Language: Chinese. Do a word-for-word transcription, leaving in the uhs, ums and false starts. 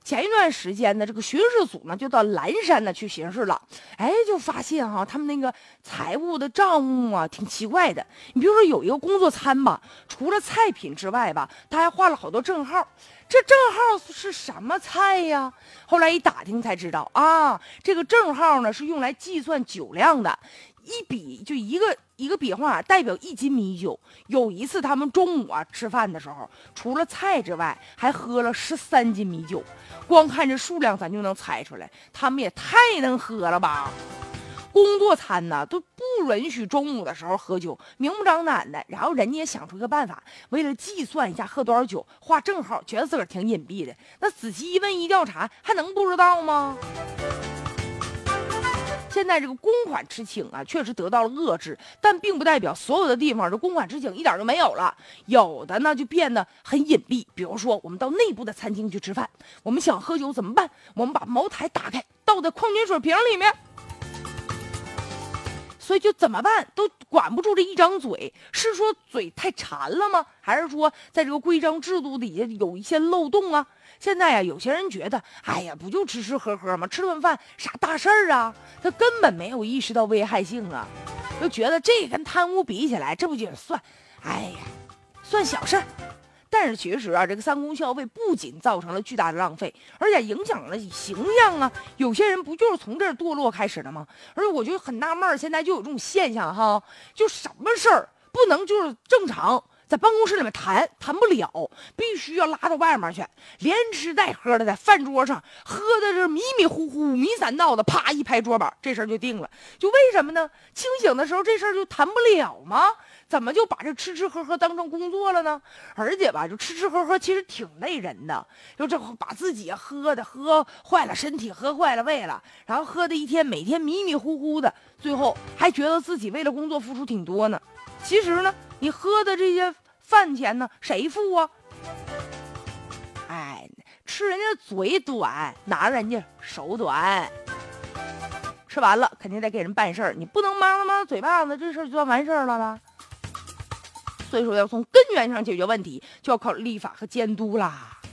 前一段时间呢，这个巡视组呢就到蓝山呢去巡视了，哎，就发现哈，他们那个财务的账目啊挺奇怪的。你比如说有一个工作餐吧，除了菜品之外吧，他还画了好多证号，这证号是什么菜呀？后来一打听才知道啊，这个证号呢是用来计算酒量的。一笔就一个一个笔画代表一斤米酒。有一次他们中午啊吃饭的时候，除了菜之外，还喝了十三斤米酒。光看这数量，咱就能猜出来，他们也太能喝了吧！工作餐呢都不允许中午的时候喝酒，明目张胆的。然后人家也想出一个办法，为了计算一下喝多少酒，画正号，觉得自个儿挺隐蔽的。那仔细一问一调查，还能不知道吗？现在这个公款吃请啊，确实得到了遏制，但并不代表所有的地方这公款吃请一点都没有了。有的呢就变得很隐蔽，比如说我们到内部的餐厅去吃饭，我们想喝酒怎么办？我们把茅台打开，倒在矿泉水瓶里面。所以就怎么办都管不住这一张嘴，是说嘴太馋了吗？还是说在这个规章制度底下有一些漏洞啊？现在呀，有些人觉得，哎呀，不就吃吃喝喝吗？吃顿饭啥大事儿啊？他根本没有意识到危害性啊，就觉得这跟贪污比起来，这不就算，哎呀，算小事儿。但是其实啊，这个三公消费不仅造成了巨大的浪费，而且影响了形象啊。有些人不就是从这儿堕落开始的吗？而且我就很纳闷，现在就有这种现象哈，就什么事儿不能就是正常在办公室里面谈谈不了，必须要拉到外面去，连吃带喝的在饭桌上喝的这迷迷糊糊、五迷三道的，啪一拍桌板，这事儿就定了。就为什么呢？清醒的时候这事儿就谈不了吗？怎么就把这吃吃喝喝当成工作了呢？而且吧，就吃吃喝喝其实挺累人的，就这把自己喝的喝坏了身体，喝坏了胃了，然后喝的一天每天迷迷糊糊的，最后还觉得自己为了工作付出挺多呢。其实呢，你喝的这些饭钱呢，谁付啊？哎，吃人家嘴短，拿人家手短。吃完了肯定得给人办事儿，你不能忙着忙着嘴巴子，这事儿就算完事儿了吧？所以说要从根源上解决问题，就要靠立法和监督啦。